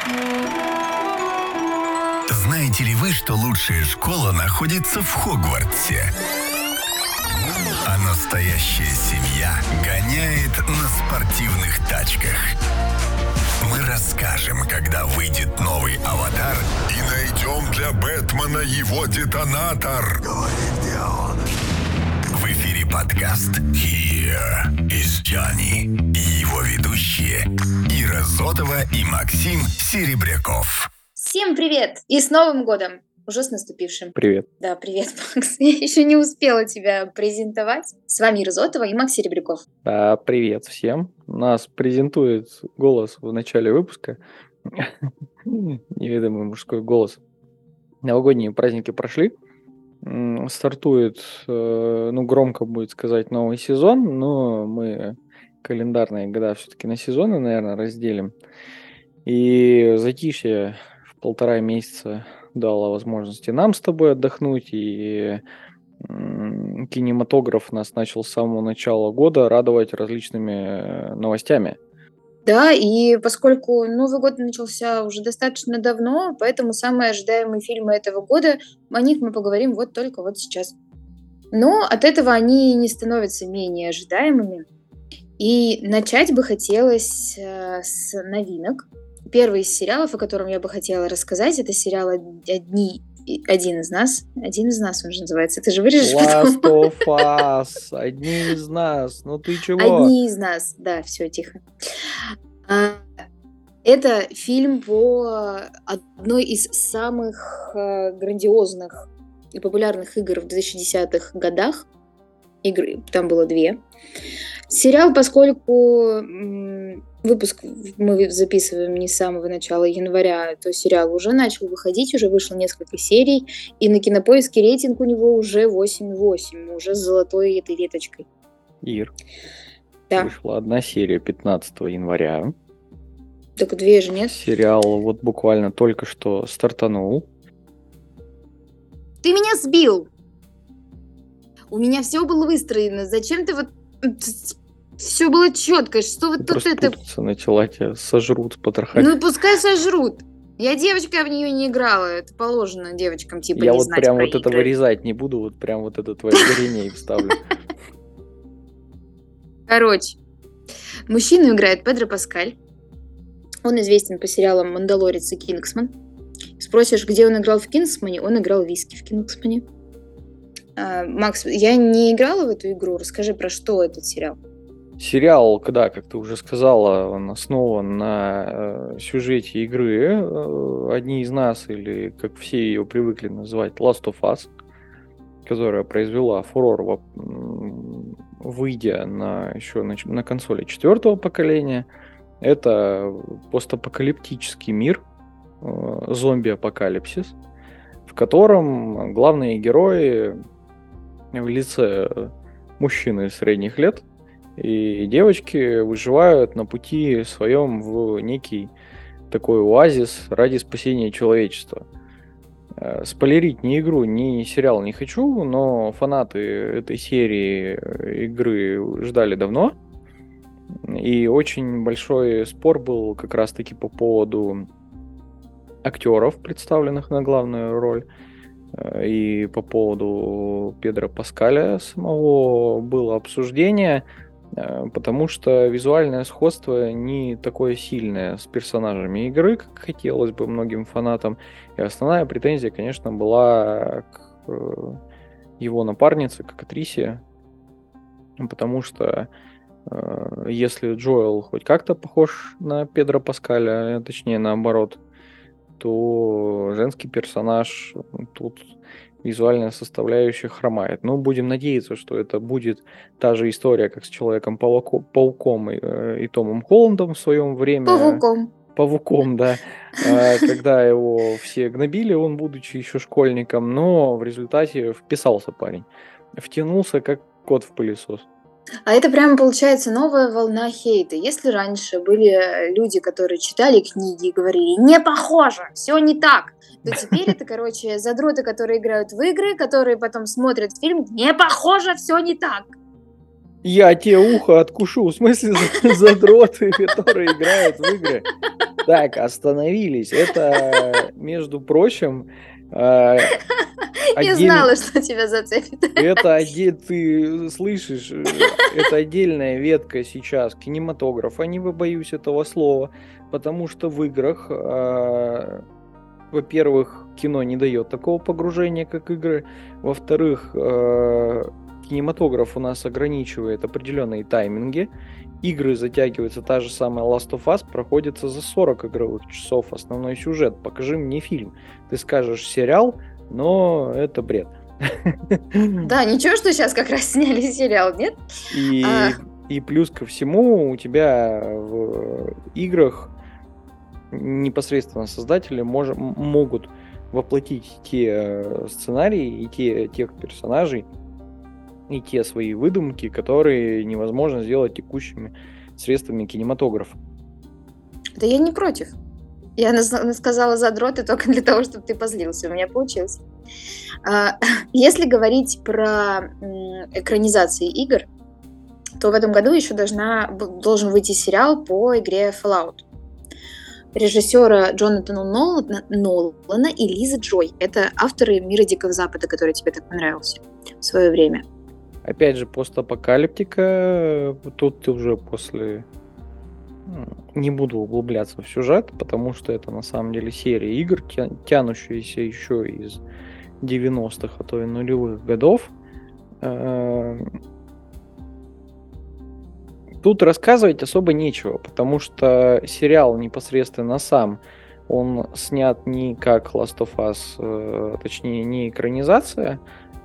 Знаете ли вы, что лучшая школа находится в Хогвартсе? А настоящая семья гоняет на спортивных тачках. Мы расскажем, когда выйдет новый «Аватар», и найдем для Бэтмена его детонатор. Говори, где он. В эфире подкаст «Here is Johnny» и его ведущие Ира Зотова и Максим Серебряков. Всем привет! И с Новым годом! Уже с наступившим. Привет. Да, привет, Макс. Я еще не успела тебя презентовать. С вами Ира Зотова и Макс Серебряков. Да, привет всем. Нас презентует голос в начале выпуска. Неведомый мужской голос. Новогодние праздники прошли. Стартует, громко будет сказать, новый сезон, но мы календарные года все-таки на сезоны, наверное, разделим. И затишье в 1,5 месяца дало возможности нам с тобой отдохнуть, и кинематограф нас начал с самого начала года радовать различными новостями. Да, и поскольку Новый год начался уже достаточно давно, поэтому самые ожидаемые фильмы этого года, о них мы поговорим вот только вот сейчас. Но от этого они не становятся менее ожидаемыми. И начать бы хотелось с новинок. Первый из сериалов, о котором я бы хотела рассказать, это сериал «Один из нас». «Один из нас» он же называется. Ты же вырежешь Last of Us. Одни из нас. Ну ты чего? Одни из нас. Да, все, тихо. Это фильм по одной из самых грандиозных и популярных игр в 2010-х годах. Игры, там было 2. Сериал, поскольку выпуск мы записываем не с самого начала января, то сериал уже начал выходить, уже вышло несколько серий, и на Кинопоиске рейтинг у него уже 8,8, уже с золотой этой веточкой. Ир, да. Вышла одна серия 15 января. Так 2 же нет? Сериал вот буквально только что стартанул. Ты меня сбил! У меня все было выстроено. Зачем ты вот... Все было четко. Что вот тут это... начала, тебя сожрут с потрохами. Ну пускай сожрут. Я девочка, в нее не играла. Это положено девочкам, типа, я не вот знать прям про вот игры. это вырезать не буду, вот прям вот это твое горение и вставлю. Короче, мужчину играет Педро Паскаль. Он известен по сериалам «Мандалорец» и «Кингсман». Спросишь, где он играл в «Кингсмане», он играл Виски в «Кингсмане». Макс, я не играла в эту игру. Расскажи, про что этот сериал. Сериал, да, как ты уже сказала, он основан на сюжете игры «Одни из нас», или, как все ее привыкли называть, Last of Us, которая произвела фурор, выйдя еще на консоли 4-го поколения. Это постапокалиптический мир, зомби-апокалипсис, в котором главные герои в лице мужчины средних лет и девочки выживают на пути своем в некий такой оазис ради спасения человечества. Спойлерить ни игру, ни сериал не хочу, но фанаты этой серии игры ждали давно. И очень большой спор был как раз-таки по поводу актеров, представленных на главную роль. И по поводу Педро Паскаля самого было обсуждение, потому что визуальное сходство не такое сильное с персонажами игры, как хотелось бы многим фанатам. И основная претензия, конечно, была к его напарнице, к актрисе, потому что если Джоэл хоть как-то похож на Педро Паскаля, точнее наоборот, то женский персонаж тут визуальная составляющая хромает. Но будем надеяться, что это будет та же история, как с Человеком-пауком и Томом Холландом в своем время. Павуком, да. Когда его все гнобили, он, будучи еще школьником, но в результате вписался парень. Втянулся, как кот в пылесос. А это прямо получается новая волна хейта. Если раньше были люди, которые читали книги и говорили «не похоже, все не так», то теперь это, короче, задроты, которые играют в игры, которые потом смотрят фильм «не похоже, все не так». Я тебе ухо откушу, в смысле задроты, которые играют в игры. Так, остановились. Это, между прочим, Я отдель- знала, что тебя зацепит. ты слышишь, это отдельная ветка сейчас кинематографа, не побоюсь этого слова, потому что в играх, во-первых, кино не дает такого погружения, как игры, во-вторых, кинематограф у нас ограничивает определенные тайминги, игры затягиваются, та же самая Last of Us проходится за 40 игровых часов, основной сюжет, покажи мне фильм. Ты скажешь сериал, но это бред. Да, ничего, что сейчас как раз сняли сериал, нет? И плюс ко всему у тебя в играх непосредственно создатели могут воплотить те сценарии и тех персонажей, и те свои выдумки, которые невозможно сделать текущими средствами кинематографа. Да я не против. Я сказала задроты только для того, чтобы ты позлился. У меня получилось. Если говорить про экранизации игр, то в этом году еще должен выйти сериал по игре Fallout. Режиссера Джонатана Нолана и Лизы Джой. Это авторы «Мира Дикого Запада», который тебе так понравился в свое время. Опять же, постапокалиптика, тут ты уже после... Не буду углубляться в сюжет, потому что это на самом деле серия игр, тянущаяся еще из 90-х, а то и нулевых годов. Тут рассказывать особо нечего, потому что сериал непосредственно сам, он снят не как Last of Us, точнее не экранизация,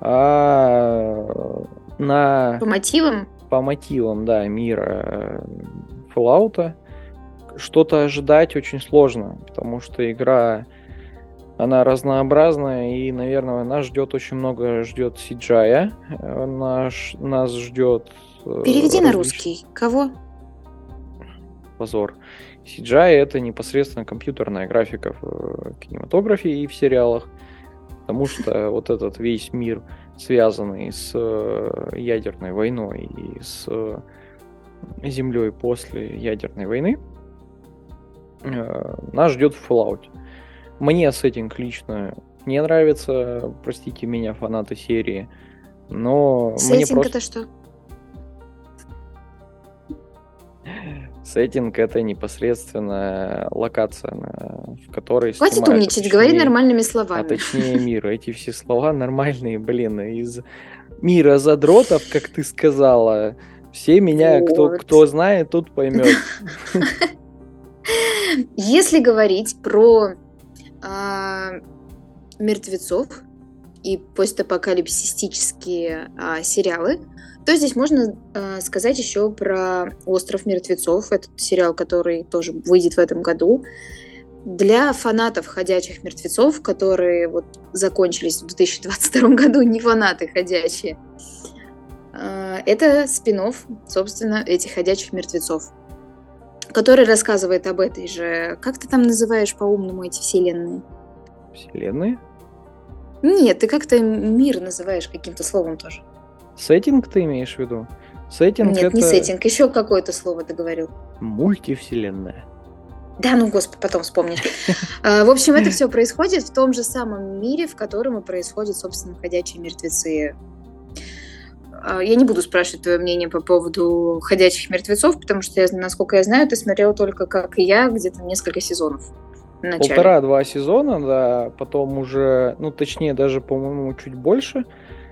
а По мотивам? По мотивам, да, мира Fallout. Что-то ожидать очень сложно, потому что игра, она разнообразная, и, наверное, нас ждет очень много CGI. Нас ждет... Переведи на русский. Кого? Позор. CGI — это непосредственно компьютерная графика в кинематографе и в сериалах, потому что вот этот весь мир, связанный с ядерной войной и с Землей после ядерной войны, нас ждет в Fallout. Мне сеттинг лично не нравится, простите меня, фанаты серии, но сеттинг мне просто... это что? Сеттинг — это непосредственно локация, в которой Хватит снимают, умничать, говори нормальными словами. А точнее мир. Эти все слова нормальные, блин, из мира задротов, как ты сказала. Все меня, Вот. кто знает, тот поймет. Если говорить про мертвецов и постапокалипсистические сериалы, то здесь можно сказать еще про «Остров мертвецов». Это сериал, который тоже выйдет в этом году. Для фанатов «Ходячих мертвецов», которые вот закончились в 2022 году, не фанаты «Ходячие», это спин-офф, собственно, этих «Ходячих мертвецов», который рассказывает об этой же... Как ты там называешь по-умному эти вселенные? Вселенные? Нет, ты как-то мир называешь каким-то словом тоже. Сеттинг ты имеешь в виду? Сеттинг — Нет, это... не сеттинг, еще какое-то слово ты говорил. Мультивселенная. Да, ну, господи, потом вспомнишь. В общем, это все происходит в том же самом мире, в котором и происходят, собственно, «Ходячие мертвецы». Я не буду спрашивать твое мнение по поводу «Ходячих мертвецов», потому что, насколько я знаю, ты смотрел только, как и я, где-то несколько сезонов. 1,5-2 сезона, да, потом уже, ну, точнее, даже, по-моему, чуть больше,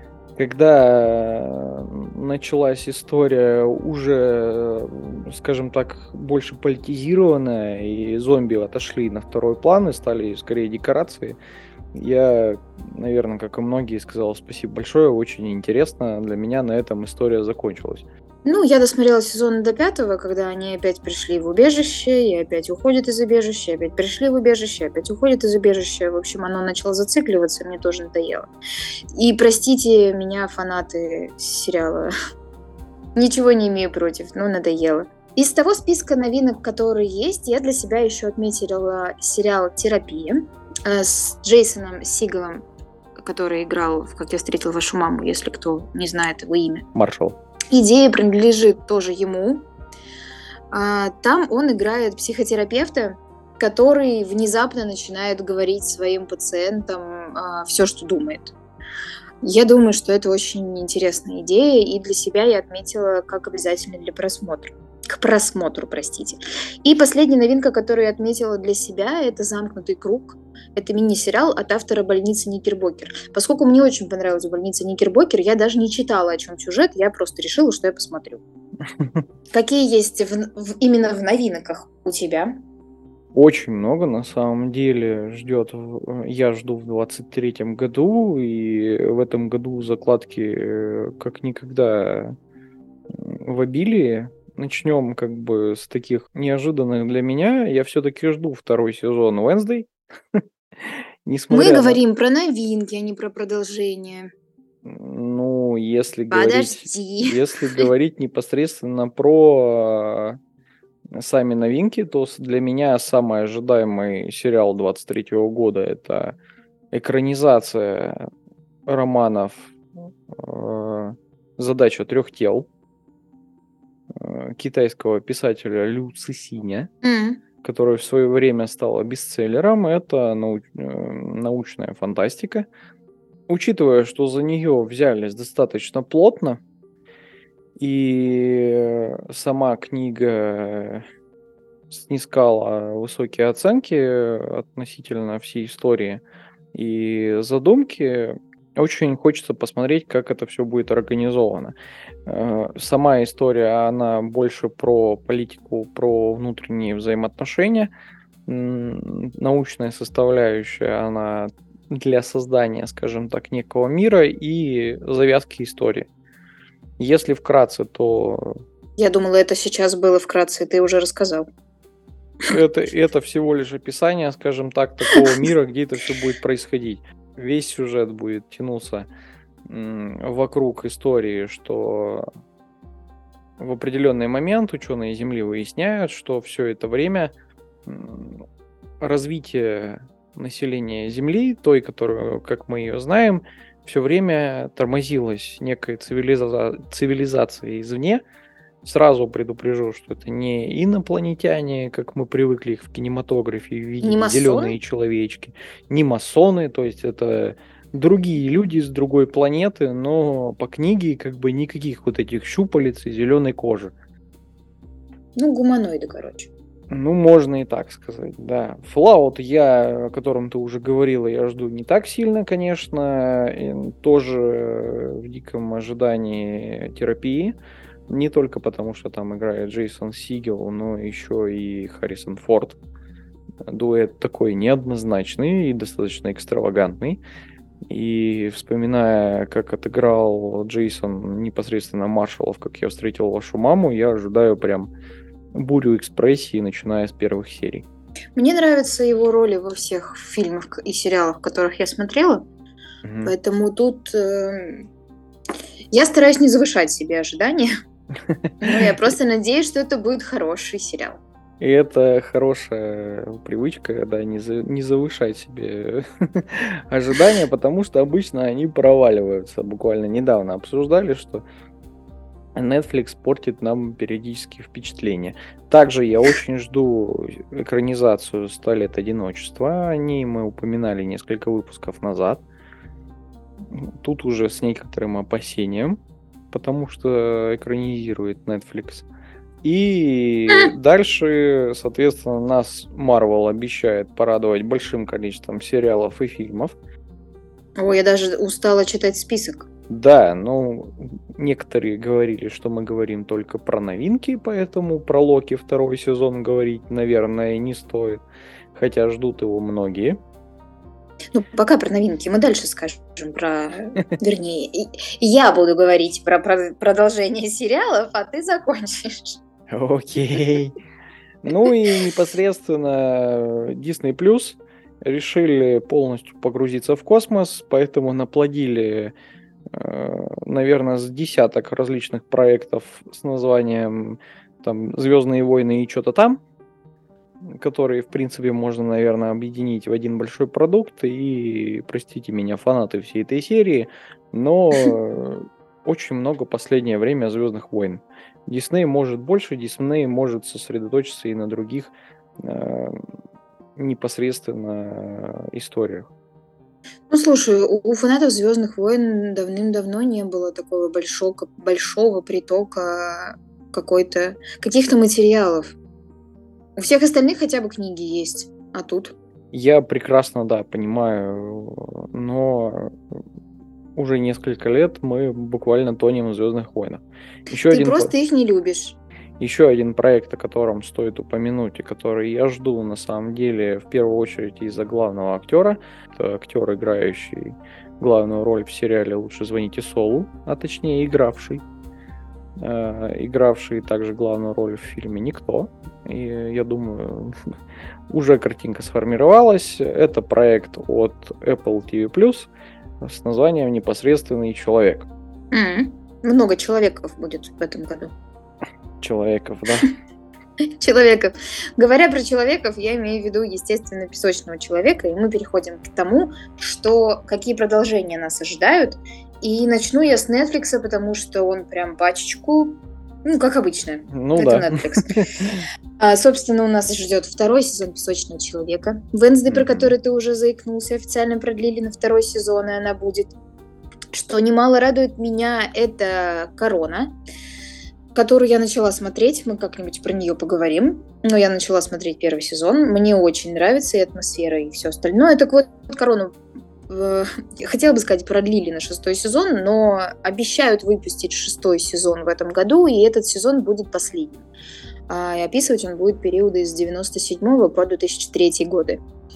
когда началась история уже, скажем так, больше политизированная, и зомби отошли на второй план и стали скорее декорации, я, наверное, как и многие, сказал спасибо большое, очень интересно, для меня на этом история закончилась. Ну, я досмотрела сезон до 5, когда они опять пришли в убежище, и опять уходят из убежища, опять пришли в убежище, опять уходят из убежища. В общем, оно начало зацикливаться, мне тоже надоело. И простите меня, фанаты сериала. Ничего не имею против, но надоело. Из того списка новинок, которые есть, я для себя еще отметила сериал «Терапия» с Джейсоном Сигалом, который играл в «Как я встретил вашу маму», если кто не знает его имя. Маршал. Идея принадлежит тоже ему. Там он играет психотерапевта, который внезапно начинает говорить своим пациентам все, что думает. Я думаю, что это очень интересная идея, и для себя я отметила как обязательно для просмотра. К просмотру, простите. И последняя новинка, которую я отметила для себя, это «Замкнутый круг». Это мини-сериал от автора «Больницы Никербокер». Поскольку мне очень понравилась «Больница Никербокер», я даже не читала, о чем сюжет, я просто решила, что я посмотрю. Какие есть именно в новинках у тебя? Очень много, на самом деле, я жду в 23-м году, и в этом году закладки как никогда в обилии. Начнем как бы с таких неожиданных для меня. Я все-таки жду второй сезон Wednesday. Мы говорим про новинки, а не про продолжение. Ну, если Подожди. говорить непосредственно про сами новинки, то для меня самый ожидаемый сериал 23-го года — это экранизация романов «Задача трех тел» китайского писателя Лю Цисиня, который в свое время стал бестселлером. Это научная фантастика. Учитывая, что за нее взялись достаточно плотно, и сама книга снискала высокие оценки относительно всей истории и задумки, очень хочется посмотреть, как это все будет организовано. Сама история, она больше про политику, про внутренние взаимоотношения. Научная составляющая, она для создания, скажем так, некого мира и завязки истории. Если вкратце, то... Я думала, это сейчас было вкратце, ты уже рассказал. Это всего лишь описание, скажем так, такого мира, где это все будет происходить. Весь сюжет будет тянуться вокруг истории, что в определенный момент ученые Земли выясняют, что все это время развитие населения Земли, той, которую, как мы ее знаем, все время тормозилось некой цивилизацией извне. Сразу предупрежу, что это не инопланетяне, как мы привыкли их в кинематографе видеть, зеленые человечки, не масоны, то есть это другие люди с другой планеты, но по книге как бы никаких вот этих щупалец и зеленой кожи. Ну, гуманоиды, короче. Ну, можно и так сказать, да. Fallout, о котором ты уже говорила, я жду не так сильно, конечно, и тоже в диком ожидании терапии. Не только потому, что там играет Джейсон Сигел, но еще и Харрисон Форд. Дуэт такой неоднозначный и достаточно экстравагантный. И вспоминая, как отыграл Джейсон непосредственно Маршалов, как я встретил вашу маму, я ожидаю прям бурю экспрессии, начиная с первых серий. Мне нравятся его роли во всех фильмах и сериалах, которых я смотрела. Поэтому тут я стараюсь не завышать себе ожидания. Но я просто надеюсь, что это будет хороший сериал. И это хорошая привычка, да, не завышать себе ожидания, потому что обычно они проваливаются. Буквально недавно обсуждали, что Netflix портит нам периодически впечатления. Также я очень жду экранизацию «100 лет одиночества». О ней мы упоминали несколько выпусков назад. Тут уже с некоторым опасением, потому что экранизирует Netflix. И дальше, соответственно, нас Marvel обещает порадовать большим количеством сериалов и фильмов. Ой, я даже устала читать список. Да, ну, некоторые говорили, что мы говорим только про новинки, поэтому про Локи второй сезон говорить, наверное, не стоит. Хотя ждут его многие. Ну, пока про новинки. Мы дальше скажем про... Вернее, я буду говорить про продолжение сериалов, а ты закончишь. Окей. Ну и непосредственно Disney Plus решили полностью погрузиться в космос, поэтому наплодили, наверное, с десяток различных проектов с названием там «Звездные войны» и что-то там, которые, в принципе, можно, наверное, объединить в один большой продукт. И, простите меня, фанаты всей этой серии, но очень много в последнее время «Звездных войн». Дисней может больше, Дисней может сосредоточиться и на других непосредственно историях. Ну, слушай, у фанатов «Звездных войн» давным-давно не было такого большого притока каких-то материалов. У всех остальных хотя бы книги есть, а тут? Я прекрасно, да, понимаю, но уже несколько лет мы буквально тонем в «Звездных войнах». Ты просто их не любишь. Еще один проект, о котором стоит упомянуть, и который я жду, на самом деле, в первую очередь из-за главного актера. Это актер, играющий главную роль в сериале «Лучше звоните Солу», а точнее игравший также главную роль в фильме «Никто». И я думаю, уже картинка сформировалась. Это проект от Apple TV+, с названием «Непосредственный человек». Много человеков будет в этом году. Человеков, да? Человеков. Говоря про человеков, я имею в виду, естественно, песочного человека, и мы переходим к тому, какие продолжения нас ожидают. И начну я с Netflix, потому что он прям пачечку, как обычно. Ну это да. Netflix. Собственно, у нас ждет 2-й сезон «Песочного человека». Wednesday, про который ты уже заикнулся, официально продлили на 2-й сезон, и она будет. Что немало радует меня, это «Корона», которую я начала смотреть, мы как-нибудь про нее поговорим, но я начала смотреть 1-й сезон, мне очень нравится и атмосфера, и все остальное. Так вот, «Корону», хотела бы сказать, продлили на 6-й сезон, но обещают выпустить 6-й сезон в этом году, и этот сезон будет последним. И описывать он будет периоды с 97 по 2003 годы.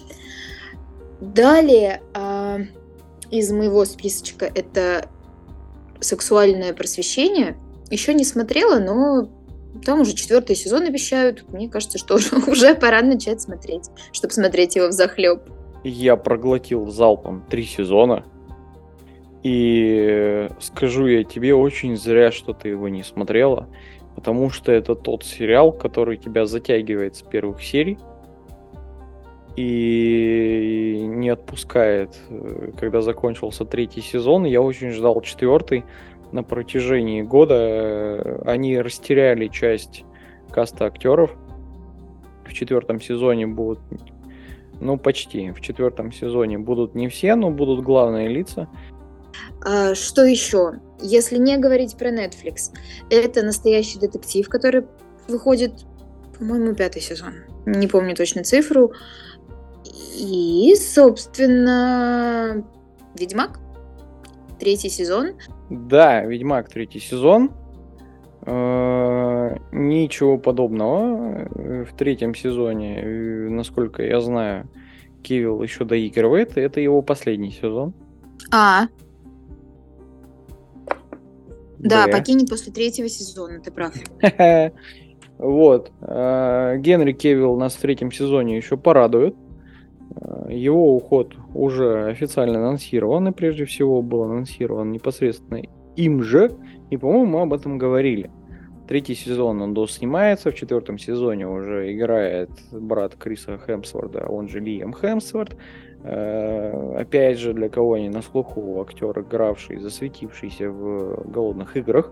Далее, из моего списочка, это «Сексуальное просвещение». Еще не смотрела, но там уже 4-й сезон обещают. Мне кажется, что уже пора начать смотреть, чтобы смотреть его взахлеб. Я проглотил залпом 3 сезона. И скажу я тебе, очень зря, что ты его не смотрела. Потому что это тот сериал, который тебя затягивает с первых серий. И не отпускает. Когда закончился 3-й сезон, я очень ждал 4-й. На протяжении года они растеряли часть каста актеров. В 4-м сезоне будут, почти, в 4-м сезоне будут не все, но будут главные лица. Что еще? Если не говорить про Netflix, это «Настоящий детектив», который выходит, по-моему, 5-й сезон. Не помню точно цифру. И, собственно, «Ведьмак», 3-й сезон. Да, «Ведьмак», 3-й сезон. Ничего подобного. В 3-м сезоне, насколько я знаю, Кевилл еще доигрывает. Это его последний сезон. Да, покинет после 3-го сезона, ты прав. Вот. Генри Кевилл нас в 3-м сезоне еще порадует. Его уход уже официально анонсирован, и прежде всего был анонсирован непосредственно им же, и, по-моему, мы об этом говорили. 3-й сезон он доснимается, в 4-м сезоне уже играет брат Криса Хемсворда, он же Лиам Хемсворт. Опять же, для кого не на слуху, актер, игравший, засветившийся в «Голодных играх»,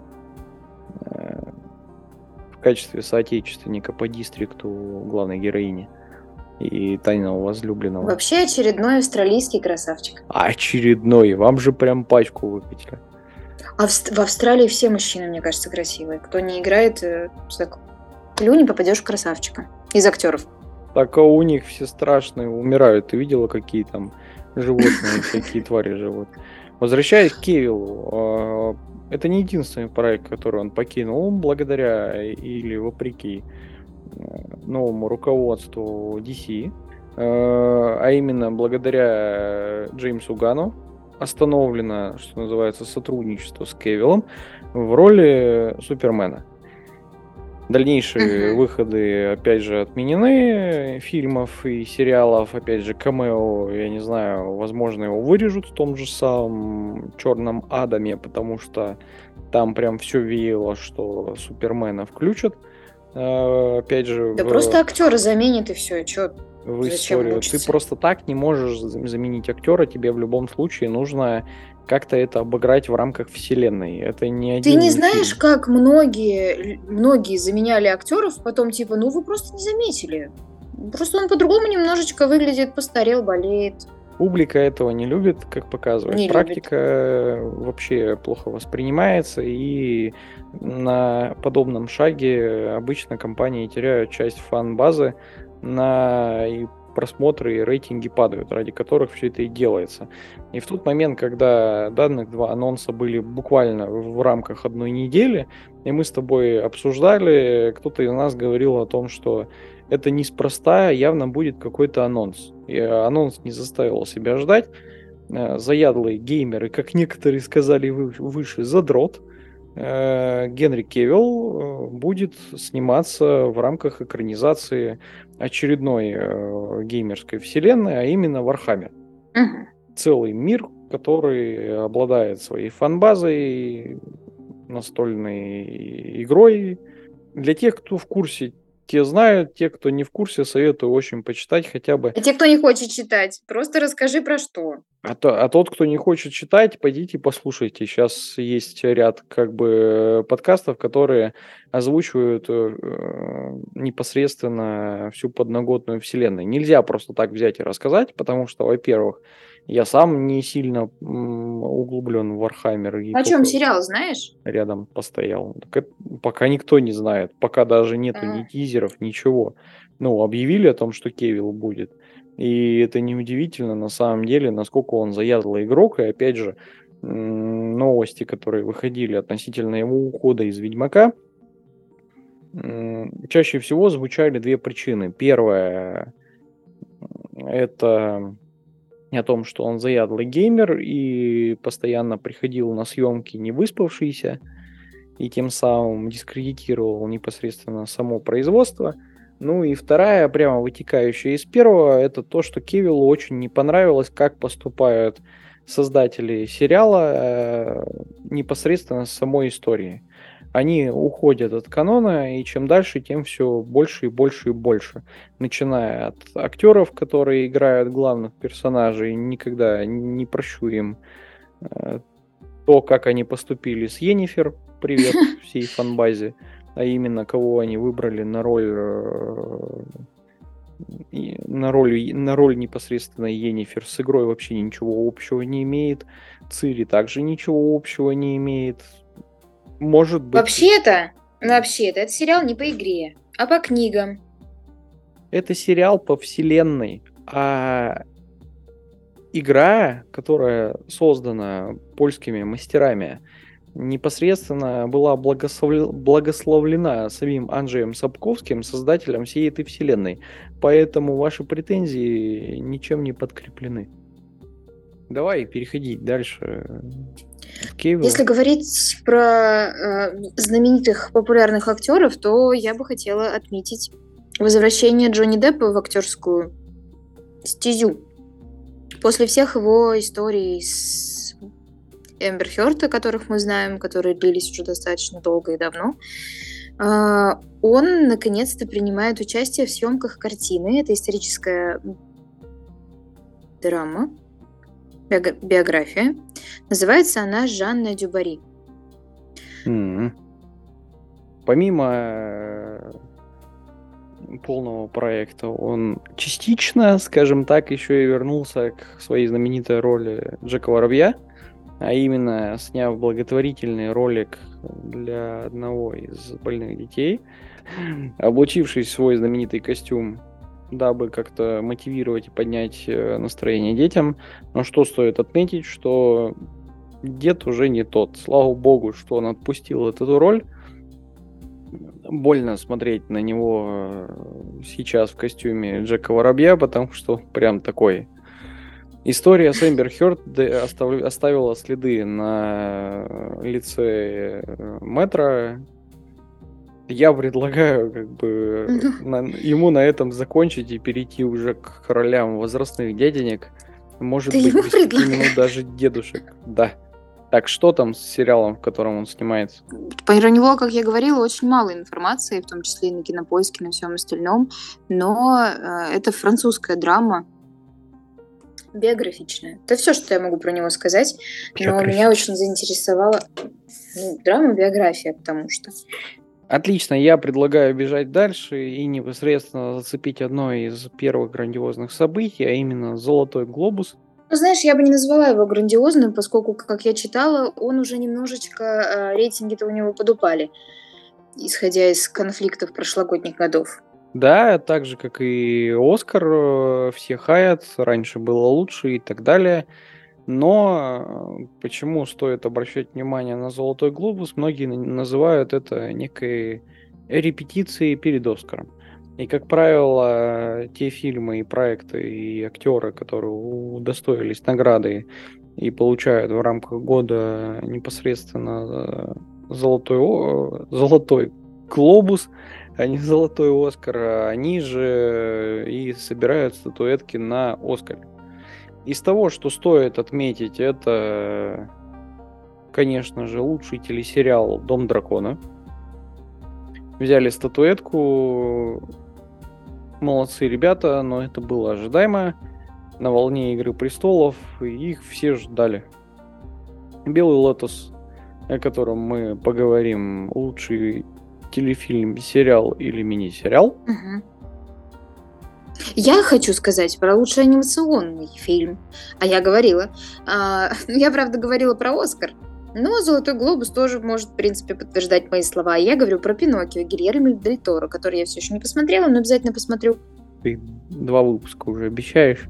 в качестве соотечественника по дистрикту главной героини и тайного возлюбленного. Вообще очередной австралийский красавчик. Очередной, вам же прям пачку выкатили. А в Австралии все мужчины, мне кажется, красивые. Кто не играет, так плюнь, попадешь в красавчика. Из актеров. Так, а у них все страшные умирают. Ты видела, какие там животные, какие твари живут? Возвращаясь к Кевиллу, это не единственный проект, который он покинул, благодаря или вопреки новому руководству DC, а именно благодаря Джеймсу Ганну остановлено, что называется, сотрудничество с Кевиллом в роли Супермена. Дальнейшие выходы, опять же, отменены фильмов и сериалов, опять же, камео, я не знаю, возможно, его вырежут в том же самом Черном Адаме, потому что там прям все веяло, что Супермена включат. Опять же, да просто актера заменит и все, что в историю. Ты просто так не можешь заменить актера, тебе в любом случае нужно как-то это обыграть в рамках вселенной. Это не один. Ты не знаешь, фильм. Как многие заменяли актеров, потом типа, вы просто не заметили. Просто он по-другому немножечко выглядит, постарел, болеет. Публика этого не любит, как показывает Не любит. практика, вообще плохо воспринимается, и на подобном шаге обычно компании теряют часть фан-базы, на и просмотры и рейтинги падают, ради которых все это и делается. И в тот момент, когда данных два анонса были буквально в рамках одной недели, и мы с тобой обсуждали, кто-то из нас говорил о том, что это неспроста, явно будет какой-то анонс. И анонс не заставил себя ждать. Заядлые геймеры, как некоторые сказали выше, задрот. Генри Кевилл будет сниматься в рамках экранизации очередной геймерской вселенной, а именно Warhammer. Мгм. Целый мир, который обладает своей фан-базой, настольной игрой. Для тех, кто в курсе, те знают, те, кто не в курсе, советую очень почитать хотя бы. А те, кто не хочет читать, просто расскажи про что. А тот, кто не хочет читать, пойдите послушайте. Сейчас есть ряд как бы подкастов, которые озвучивают непосредственно всю подноготную вселенную. Нельзя просто так взять и рассказать, потому что, во-первых, я сам не сильно углублен в Warhammer. И О чем только сериал, знаешь? рядом постоял. Так это пока никто не знает, пока даже нету ни тизеров, ничего. Ну, объявили о том, что Кевилл будет. И это неудивительно на самом деле, насколько он заядлый игрок. И опять же, новости, которые выходили относительно его ухода из Ведьмака, чаще всего звучали две причины. Первая – это о том, что он заядлый геймер и постоянно приходил на съемки не выспавшийся, и тем самым дискредитировал непосредственно само производство. Ну и вторая, прямо вытекающая из первого, это то, что Кевиллу очень не понравилось, как поступают создатели сериала непосредственно с самой истории. Они уходят от канона, и чем дальше, тем все больше и больше и больше. Начиная от актеров, которые играют главных персонажей, никогда не прощу им то, как они поступили с Йеннифер, привет всей фанбазе, а именно кого они выбрали на роль непосредственно Йеннифер. С игрой вообще ничего общего не имеет. Цири также ничего общего не имеет. Может быть... Вообще-то, это сериал не по игре, а по книгам. Это сериал по вселенной, а игра, которая создана польскими мастерами, непосредственно была благословлена самим Анджеем Сапковским, создателем всей этой вселенной. Поэтому ваши претензии ничем не подкреплены. Давай переходить дальше. Если говорить про знаменитых популярных актеров, то я бы хотела отметить возвращение Джонни Деппа в актерскую стезю. После всех его историй с Эмбер Хёрд, о которых мы знаем, которые длились уже достаточно долго и давно, он наконец-то принимает участие в съемках картины. Это историческая драма, биография. Называется она «Жанна Дюбари». Помимо полного проекта, он частично, скажем так, еще и вернулся к своей знаменитой роли Джека Воробья, а именно сняв благотворительный ролик для одного из больных детей, облачившись в свой знаменитый костюм, дабы как-то мотивировать и поднять настроение детям. Но что стоит отметить, что дед уже не тот. Слава богу, что он отпустил эту роль. Больно смотреть на него сейчас в костюме Джека Воробья, потому что прям такой. История с Эмбер Хёрд оставила следы на лице Мэтра. Я предлагаю ему на этом закончить и перейти уже к ролям возрастных дяденек. Может быть, без 5 минут даже дедушек. Да. Так, что там с сериалом, в котором он снимается? Про него, как я говорила, очень мало информации, в том числе и на Кинопоиске, на всем остальном. Но это французская драма, биографичная. Это все, что я могу про него сказать. Но меня очень заинтересовала драма-биография, потому что... Отлично, я предлагаю бежать дальше и непосредственно зацепить одно из первых грандиозных событий, а именно «Золотой глобус». Ну, знаешь, я бы не назвала его грандиозным, поскольку, как я читала, он уже немножечко, рейтинги-то у него подупали, исходя из конфликтов прошлогодних годов. Да, так же, как и «Оскар», все хаят, раньше было лучше и так далее. Но почему стоит обращать внимание на «Золотой глобус»? Многие называют это некой репетицией перед «Оскаром». И, как правило, те фильмы и проекты, и актеры, которые удостоились награды и получают в рамках года непосредственно золотой глобус, а не золотой «Оскар», они же и собирают статуэтки на «Оскаре». Из того, что стоит отметить, это, конечно же, лучший телесериал «Дом дракона». Взяли статуэтку. Молодцы ребята, но это было ожидаемо. На волне «Игры престолов» их все ждали. «Белый лотос», о котором мы поговорим, лучший телефильм, сериал или мини-сериал. Угу. Я хочу сказать про лучший анимационный фильм. А я говорила. Я, правда, говорила про «Оскар». Но «Золотой глобус» тоже может, в принципе, подтверждать мои слова. Я говорю про «Пиноккио» Гильермо дель Торо, который я все еще не посмотрела, но обязательно посмотрю. Ты 2 выпуска уже обещаешь.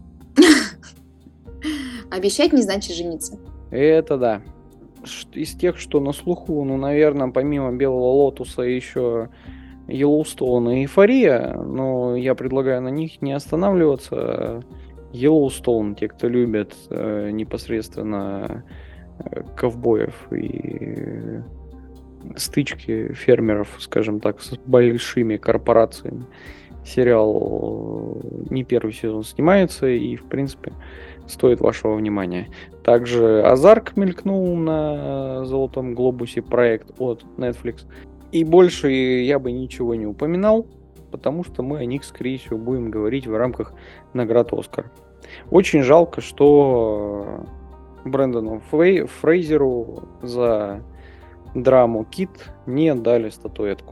Обещать не значит жениться. Это да. Из тех, что на слуху, наверное, помимо «Белого лотуса» еще «Йеллоустоун» и «Эйфория», но я предлагаю на них не останавливаться. «Йеллоустоун», те, кто любит непосредственно ковбоев и стычки фермеров, скажем так, с большими корпорациями. Сериал не первый сезон снимается и, в принципе, стоит вашего внимания. Также «Озарк» мелькнул на «Золотом глобусе», проект от Netflix. И больше я бы ничего не упоминал, потому что мы о них, скорее всего, будем говорить в рамках наград «Оскар». Очень жалко, что Брэндону Фрейзеру за драму «Кит» не дали статуэтку.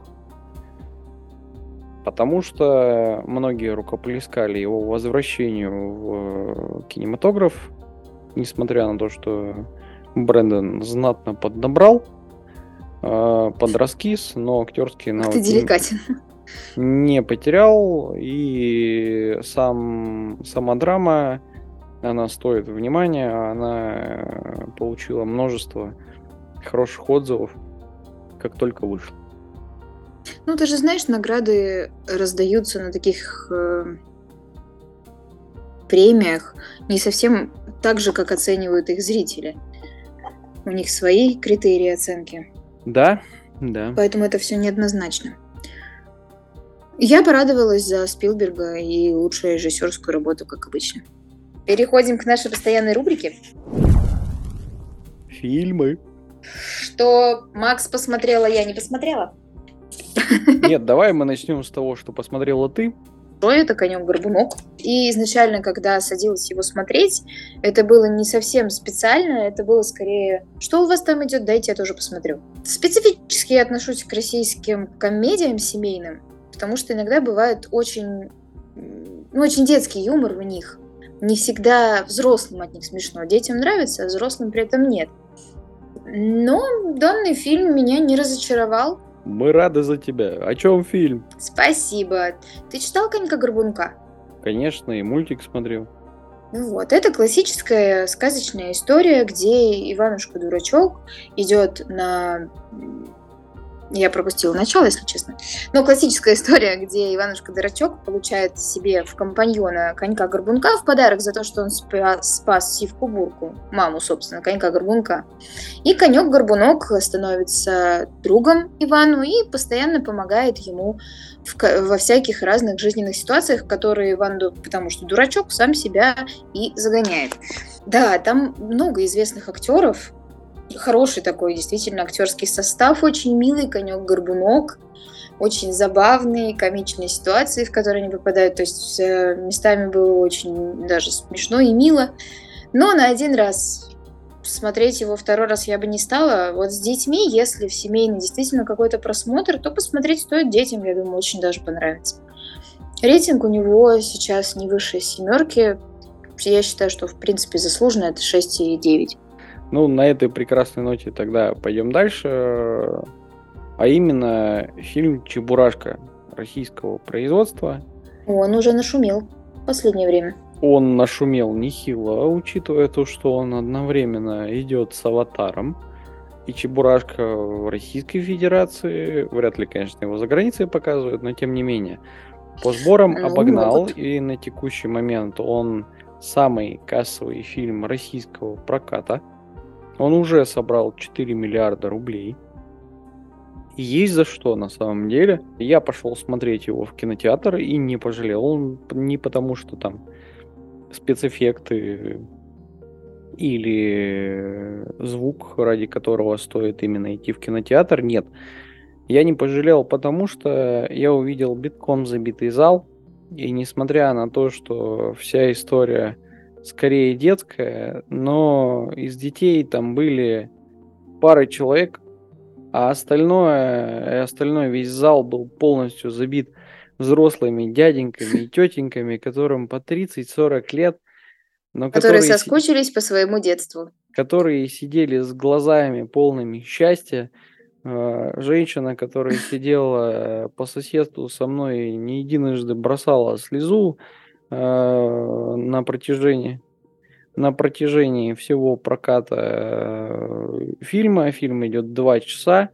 Потому что многие рукоплескали его возвращению в кинематограф, несмотря на то, что Брэндон знатно поднабрал, подраскис, но актерские навыки Ты деликатен. не потерял, и сама драма, она стоит внимания, она получила множество хороших отзывов, как только вышла. Ну, ты же знаешь, награды раздаются на таких премиях не совсем так же, как оценивают их зрители. У них свои критерии оценки. Да, да. Поэтому это все неоднозначно. Я порадовалась за Спилберга и лучшую режиссерскую работу, как обычно. Переходим к нашей постоянной рубрике. Фильмы. Что Макс посмотрела, я не посмотрела. Нет, давай мы начнем с того, что посмотрела ты. Что это «Конек-горбунок». И изначально, когда садилась его смотреть, это было не совсем специально, это было скорее, что у вас там идет, дайте я тоже посмотрю. Специфически я отношусь к российским комедиям семейным, потому что иногда бывает очень детский юмор в них. Не всегда взрослым от них смешно. Детям нравится, а взрослым при этом нет. Но данный фильм меня не разочаровал. Мы рады за тебя. О чем фильм? Спасибо. Ты читал «Конька-горбунка»? Конечно, и мультик смотрел. Ну вот, это классическая сказочная история, где Иванушка-дурачок идет на... Я пропустила начало, если честно. Но классическая история, где Иванушка-дурачок получает себе в компаньона конька-горбунка в подарок за то, что он спас Сивку-Бурку, маму, собственно, конька-горбунка. И конек-горбунок становится другом Ивану и постоянно помогает ему во всяких разных жизненных ситуациях, в которые Иван, потому что дурачок, сам себя и загоняет. Да, там много известных актеров. Хороший такой действительно актерский состав, очень милый конек-горбунок, очень забавные, комичные ситуации, в которые они попадают. То есть местами было очень даже смешно и мило. Но на один раз смотреть его второй раз я бы не стала. Вот с детьми, если в семейный действительно какой-то просмотр, то посмотреть стоит детям, я думаю, очень даже понравится. Рейтинг у него сейчас не выше 7. Я считаю, что в принципе заслуженно это 6,9. Ну, на этой прекрасной ноте тогда пойдем дальше. А именно фильм «Чебурашка» российского производства. Он уже нашумел в последнее время. Он нашумел нехило, учитывая то, что он одновременно идет с «Аватаром». И «Чебурашка» в Российской Федерации, вряд ли, конечно, его за границей показывают, но тем не менее, по сборам обогнал. Могут. И на текущий момент он самый кассовый фильм российского проката. Он уже собрал 4 миллиарда рублей. И есть за что, на самом деле. Я пошел смотреть его в кинотеатр и не пожалел. Он не потому, что там спецэффекты или звук, ради которого стоит именно идти в кинотеатр. Нет. Я не пожалел, потому что я увидел битком забитый зал. И несмотря на то, что вся история скорее детская, но из детей там были пара человек, а остальной весь зал был полностью забит взрослыми дяденьками и тетеньками, которым по 30-40 лет, но Которые которые соскучились по своему детству. которые сидели с глазами полными счастья. Женщина, которая сидела по соседству со мной, не единожды бросала слезу на протяжении всего проката фильма. Фильм идет 2 часа.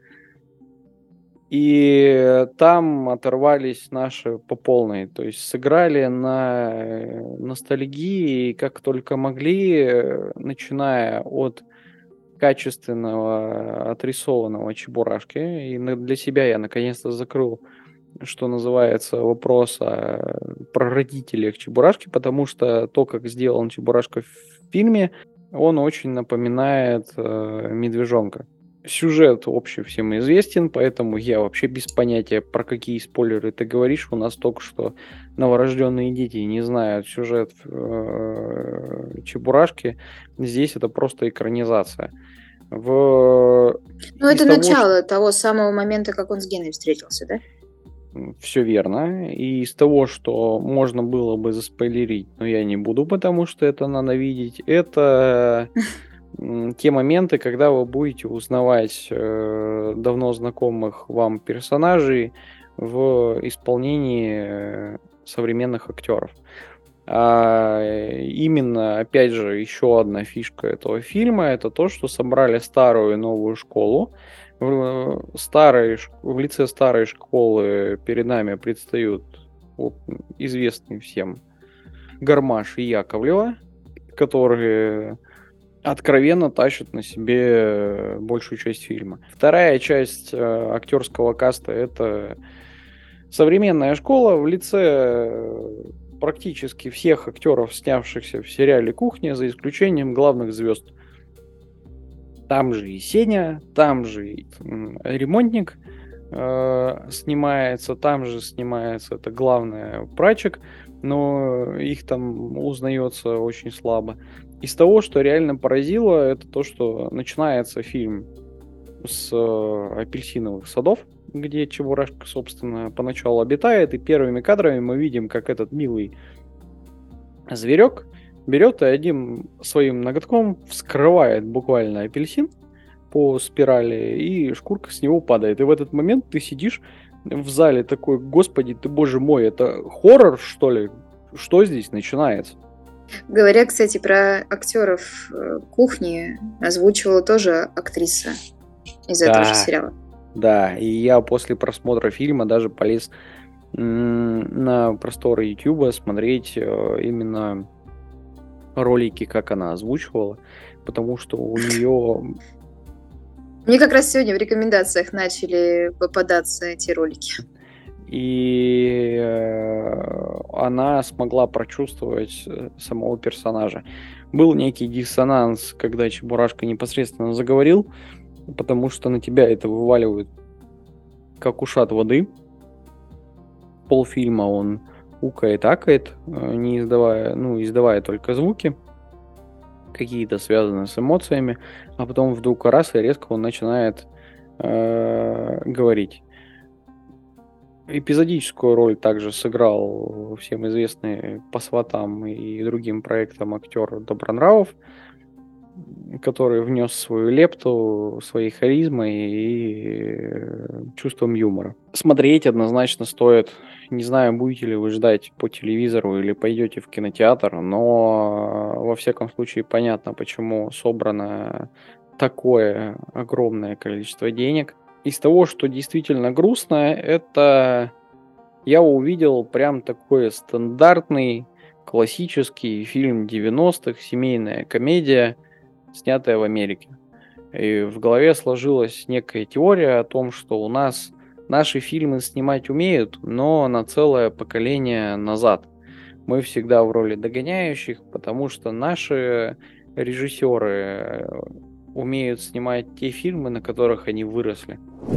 И там оторвались наши по полной. То есть сыграли на ностальгии как только могли, начиная от качественного отрисованного Чебурашки. И для себя я наконец-то закрыл, что называется, вопрос про родителей Чебурашки, потому что то, как сделан Чебурашка в фильме, он очень напоминает медвежонка. Сюжет общий всем известен, поэтому я вообще без понятия, про какие спойлеры ты говоришь. У нас только что новорожденные дети не знают сюжет Чебурашки. Здесь это просто экранизация. Ну, это начало того самого момента, как он с Геной встретился, да? Все верно. И из того, что можно было бы заспойлерить, но я не буду, потому что это надо видеть, это те моменты, когда вы будете узнавать давно знакомых вам персонажей в исполнении современных актеров. Именно, опять же, еще одна фишка этого фильма — это то, что собрали старую и новую школу. В лице старой школы перед нами предстают известные всем Гармаш и Яковлева, которые откровенно тащат на себе большую часть фильма. Вторая часть актерского каста — это современная школа в лице практически всех актеров, снявшихся в сериале «Кухня», за исключением главных звезд. Там же и Сеня, там же и ремонтник снимается, там же снимается, это главный прачек, но их там узнается очень слабо. Из того, что реально поразило, это то, что начинается фильм с апельсиновых садов, где Чебурашка, собственно, поначалу обитает, и первыми кадрами мы видим, как этот милый зверек берет и одним своим ноготком вскрывает буквально апельсин по спирали, и шкурка с него падает. И в этот момент ты сидишь в зале такой: господи ты, боже мой, это хоррор, что ли? Что здесь начинается? Говоря, кстати, про актеров «Кухни», озвучивала тоже актриса из этого же сериала. Да, и я после просмотра фильма даже полез на просторы Ютуба смотреть именно ролики, как она озвучивала, потому что у нее... Мне как раз сегодня в рекомендациях начали попадаться эти ролики. И она смогла прочувствовать самого персонажа. Был некий диссонанс, когда Чебурашка непосредственно заговорил, потому что на тебя это вываливают как ушат воды. Полфильма он укает, акает, не издавая, издавая только звуки. какие-то связанные с эмоциями, а потом вдруг раз и резко он начинает говорить. Эпизодическую роль также сыграл всем известный по «Сватам» и другим проектам актер Добронравов, который внес свою лепту своей харизмой и чувством юмора. Смотреть однозначно стоит. Не знаю, будете ли вы ждать по телевизору или пойдете в кинотеатр, но во всяком случае понятно, почему собрано такое огромное количество денег. Из того, что действительно грустно, это я увидел прям такой стандартный классический фильм 90-х, семейная комедия, снятая в Америке. И в голове сложилась некая теория о том, что у нас наши фильмы снимать умеют, но на целое поколение назад. Мы всегда в роли догоняющих, потому что наши режиссеры умеют снимать те фильмы, на которых они выросли.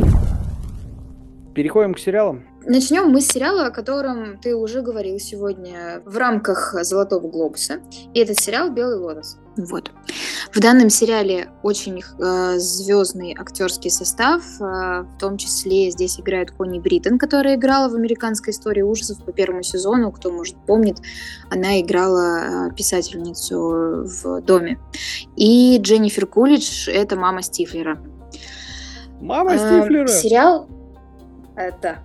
Переходим к сериалам. Начнем мы с сериала, о котором ты уже говорил сегодня в рамках «Золотого глобуса». И этот сериал «Белый лотос». Вот. В данном сериале очень звездный актерский состав. В том числе здесь играет Конни Бриттон, которая играла в «Американской истории ужасов» по первому сезону. Кто, может, помнит, она играла писательницу в «Доме». И Дженнифер Кулидж — это мама Стифлера. Мама Стифлера? Сериал... Да.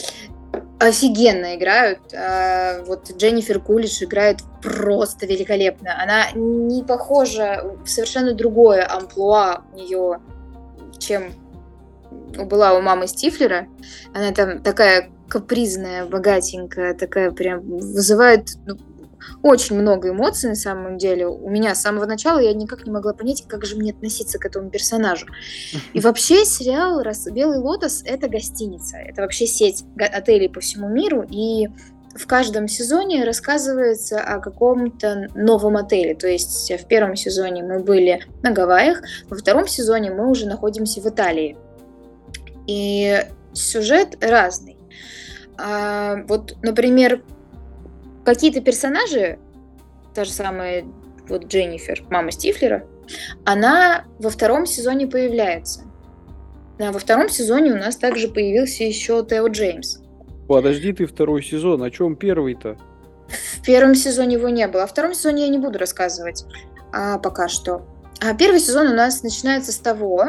Офигенно играют. Вот Дженнифер Кулидж играет просто великолепно. Она не похожа, совершенно другое амплуа у нее, чем была у мамы Стифлера. Она там такая капризная, богатенькая, такая прям вызывает очень много эмоций на самом деле. У меня с самого начала я никак не могла понять, как же мне относиться к этому персонажу. И вообще сериал «Белый лотос» — это гостиница. Это вообще сеть отелей по всему миру. И в каждом сезоне рассказывается о каком-то новом отеле. То есть в первом сезоне мы были на Гавайях, во втором сезоне мы уже находимся в Италии. И сюжет разный. Вот, например, какие-то персонажи, та же самая вот Дженнифер, мама Стифлера, она во втором сезоне появляется. А во втором сезоне у нас также появился еще Тео Джеймс. Подожди ты второй сезон, о чем первый-то? В первом сезоне его не было. О втором сезоне я не буду рассказывать пока что. Первый сезон у нас начинается с того,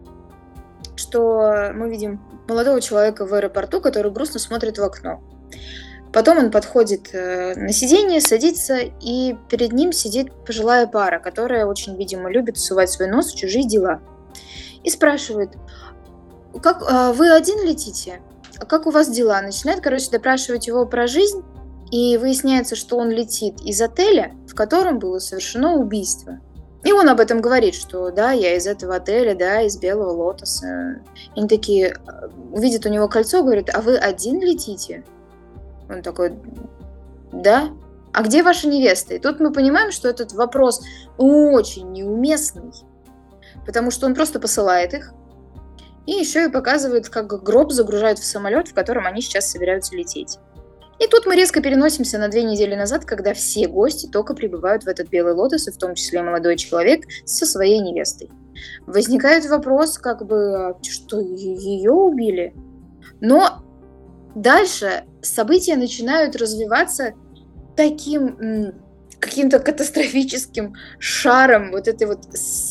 что мы видим молодого человека в аэропорту, который грустно смотрит в окно. Потом он подходит на сиденье, садится, и перед ним сидит пожилая пара, которая очень, видимо, любит сувать свой нос в чужие дела. И спрашивает: как вы один летите? А как у вас дела? Начинает, допрашивать его про жизнь, и выясняется, что он летит из отеля, в котором было совершено убийство. И он об этом говорит, что да, я из этого отеля, да, из Белого лотоса. И они такие увидят у него кольцо, говорят: а вы один летите? Он такой: да. А где ваша невеста? И тут мы понимаем, что этот вопрос очень неуместный, потому что он просто посылает их и еще и показывает, как гроб загружают в самолет, в котором они сейчас собираются лететь. И тут мы резко переносимся на 2 недели назад, когда все гости только прибывают в этот Белый лотос, и в том числе молодой человек со своей невестой. Возникает вопрос, что ее убили? Но дальше события начинают развиваться таким каким-то катастрофическим шаром, вот этой вот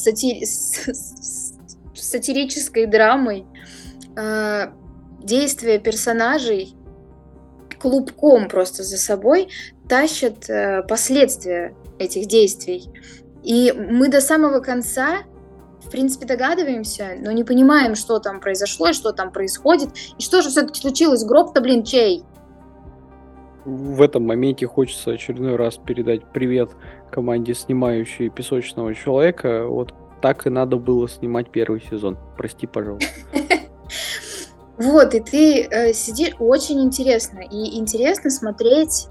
сатирической драмой. Действия персонажей клубком просто за собой тащат последствия этих действий. И мы до самого конца, в принципе, догадываемся, но не понимаем, что там произошло, и что там происходит, и что же все-таки случилось. Гроб-то, чей? В этом моменте хочется очередной раз передать привет команде, снимающей «Песочного человека». Вот так и надо было снимать первый сезон. Прости, пожалуйста. Вот, и ты сидишь, очень интересно. И интересно смотреть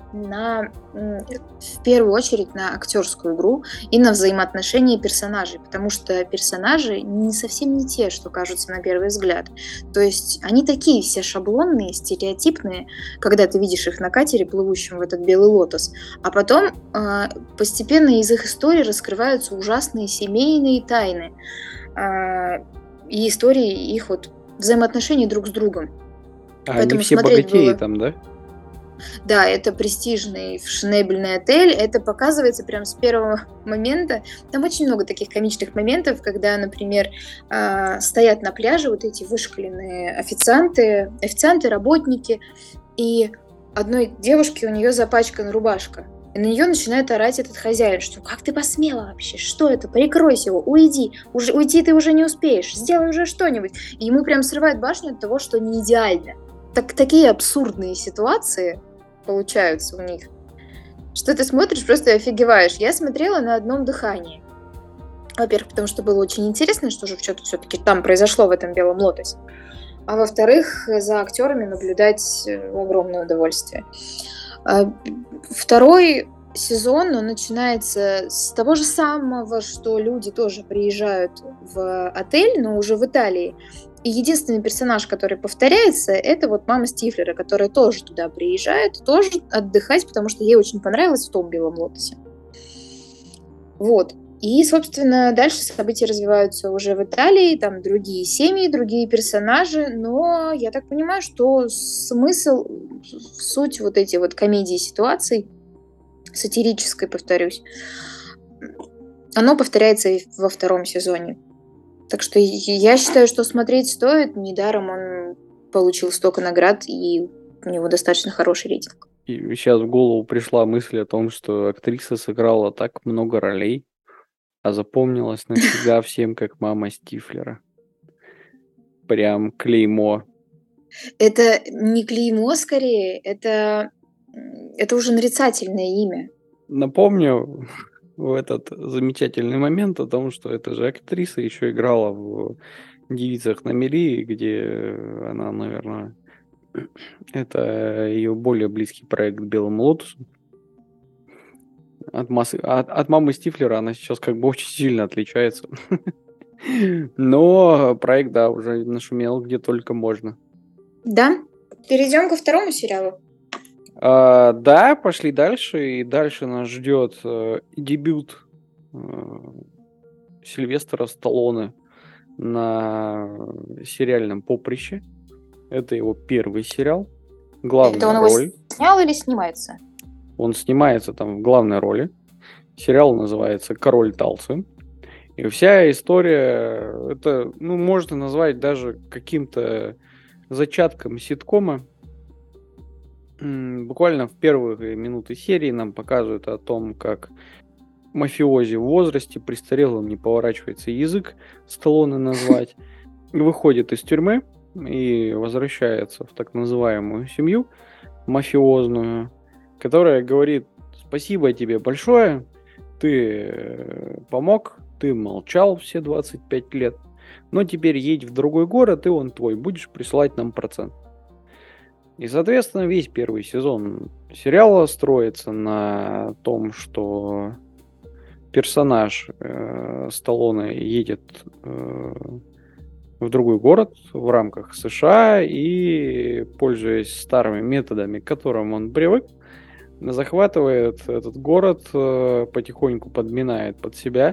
в первую очередь на актерскую игру и на взаимоотношения персонажей, потому что персонажи не совсем не те, что кажутся на первый взгляд. То есть они такие все шаблонные, стереотипные, когда ты видишь их на катере, плывущем в этот белый лотос. А потом постепенно из их истории раскрываются ужасные семейные тайны и истории их вот взаимоотношений друг с другом. А они Поэтому все смотреть богатеи было... там, да? Да, это престижный фешенебельный отель. Это показывается прям с первого момента. Там очень много таких комичных моментов, когда, например, стоят на пляже вот эти вышкаленные официанты, работники, и одной девушке у нее запачкана рубашка. И на нее начинает орать этот хозяин, что как ты посмела вообще, что это, прикройся его, уйди, уйти ты уже не успеешь, сделай уже что-нибудь. И ему прям срывает башню от того, что не идеально. Такие абсурдные ситуации получаются у них, что ты смотришь, просто офигеваешь. Я смотрела на одном дыхании. Во-первых, потому что было очень интересно, что же что-то все-таки там произошло в этом белом лотосе. А во-вторых, за актерами наблюдать огромное удовольствие. Второй сезон, он начинается с того же самого, что люди тоже приезжают в отель, но уже в Италии. И единственный персонаж, который повторяется, это вот мама Стифлера, которая тоже туда приезжает, тоже отдыхать, потому что ей очень понравилось в том белом лотосе. Вот. И, собственно, дальше события развиваются уже в Италии, там другие семьи, другие персонажи, но я так понимаю, что смысл, суть вот эти вот комедии ситуаций, сатирической, повторюсь, оно повторяется и во втором сезоне. Так что я считаю, что смотреть стоит, недаром он получил столько наград, и у него достаточно хороший рейтинг. И сейчас в голову пришла мысль о том, что актриса сыграла так много ролей, а запомнилась навсегда всем как мама Стифлера. Прям клеймо. Это не клеймо скорее, это уже нарицательное имя. Напомню в этот замечательный момент о том, что эта же актриса еще играла в «Девицах на мели», где она, наверное, это ее более близкий проект к «Белому лотосу». От мамы Стифлера она сейчас как бы очень сильно отличается. Но проект, да, уже нашумел где только можно. Да? Перейдем ко второму сериалу. Да, пошли дальше. И дальше нас ждет дебют Сильвестра Сталлоне на сериальном поприще. Это его первый сериал. Главная Это он роль. его снял или снимается? Он снимается там в главной роли. Сериал называется «Король Талцы». И вся история, это, можно назвать даже каким-то зачатком ситкома. Буквально в первые минуты серии нам показывают о том, как мафиози в возрасте, престарелым не поворачивается язык Сталлоне назвать, выходит из тюрьмы и возвращается в так называемую семью мафиозную, которая говорит: спасибо тебе большое, ты помог, ты молчал все 25 лет, но теперь едь в другой город, и он твой, будешь присылать нам процент. И, соответственно, весь первый сезон сериала строится на том, что персонаж Сталлоне едет в другой город в рамках США и, пользуясь старыми методами, к которым он привык, захватывает этот город, потихоньку подминает под себя.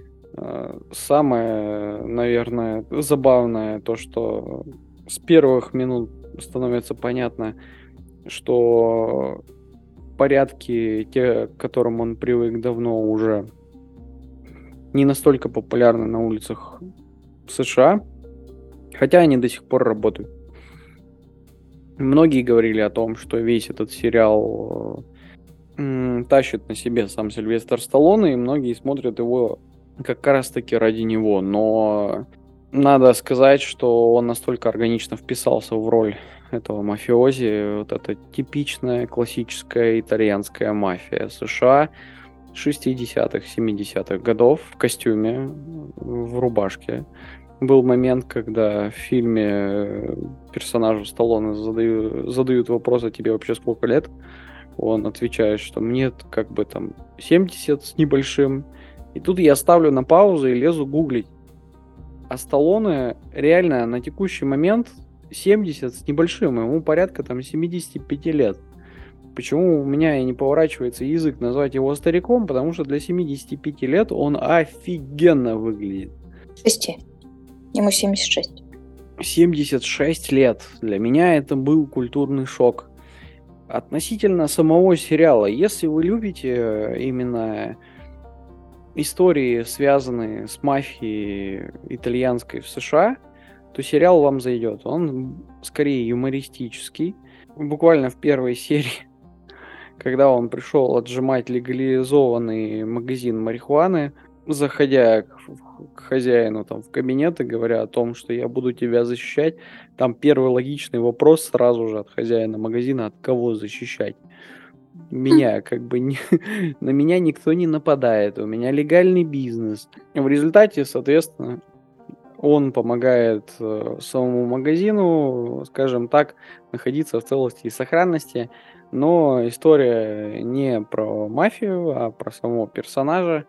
Самое, наверное, забавное то, что с первых минут становится понятно, что порядки, те, к которым он привык давно, уже не настолько популярны на улицах США, хотя они до сих пор работают. Многие говорили о том, что весь этот сериал тащит на себе сам Сильвестр Сталлоне, и многие смотрят его как раз-таки ради него, но надо сказать, что он настолько органично вписался в роль этого мафиози, вот эта типичная классическая итальянская мафия США 60-х, 70-х годов в костюме, в рубашке, Был момент, когда в фильме персонажу Сталлоне задают вопрос, а тебе вообще сколько лет? Он отвечает, что мне как бы там 70 с небольшим. И тут я ставлю на паузу и лезу гуглить. А Сталлоне реально на текущий момент 70 с небольшим, ему порядка там 75 лет. Почему у меня и не поворачивается язык назвать его стариком? Потому что для 75 лет он офигенно выглядит. 6. Ему 76. 76 лет. Для меня это был культурный шок. Относительно самого сериала, если вы любите именно истории, связанные с мафией итальянской в США, то сериал вам зайдет. Он скорее юмористический. Буквально в первой серии, когда он пришел отжимать легализованный магазин марихуаны, заходя к хозяину там в кабинет и говоря о том, что я буду тебя защищать, там первый логичный вопрос сразу же от хозяина магазина: от кого защищать? Меня как бы на меня никто не нападает, у меня легальный бизнес. В результате, соответственно, он помогает самому магазину, скажем так, находиться в целости и сохранности. Но история не про мафию, а про самого персонажа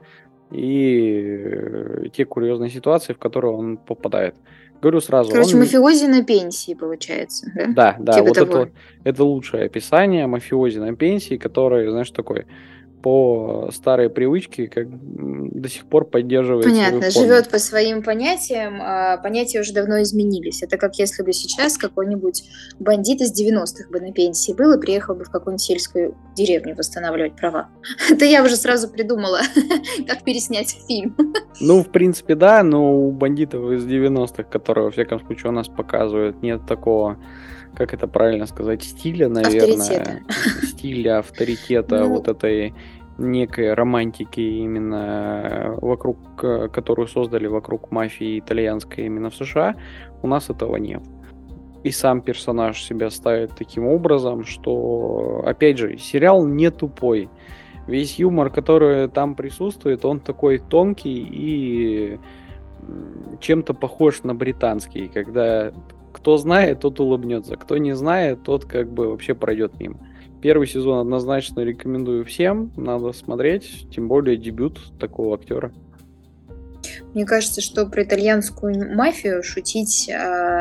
и те курьезные ситуации, в которые он попадает. Говорю сразу, Короче, он... мафиози на пенсии, получается, да? Да, Типа вот того. это лучшее описание мафиози на пенсии, который, знаешь, такой по старой привычке, как до сих пор поддерживает свою Понятно, форму. живет по своим понятиям, а понятия уже давно изменились. Это как если бы сейчас какой-нибудь бандит из 90-х бы на пенсии был и приехал бы в какую-нибудь сельскую деревню восстанавливать права. Это я уже сразу придумала, как переснять фильм. Ну, в принципе, да, но у бандитов из 90-х, которые, во всяком случае, у нас показывают, нет такого, как это правильно сказать, стиля, наверное. Стиля, авторитета, вот этой некой романтики именно вокруг, которую создали вокруг мафии итальянской именно в США, у нас этого нет. И сам персонаж себя ставит таким образом, что, опять же, сериал не тупой. Весь юмор, который там присутствует, он такой тонкий и чем-то похож на британский, когда кто знает, тот улыбнется, кто не знает, тот как бы вообще пройдет мимо. Первый сезон однозначно рекомендую всем, надо смотреть, тем более дебют такого актера. Мне кажется, что про итальянскую мафию шутить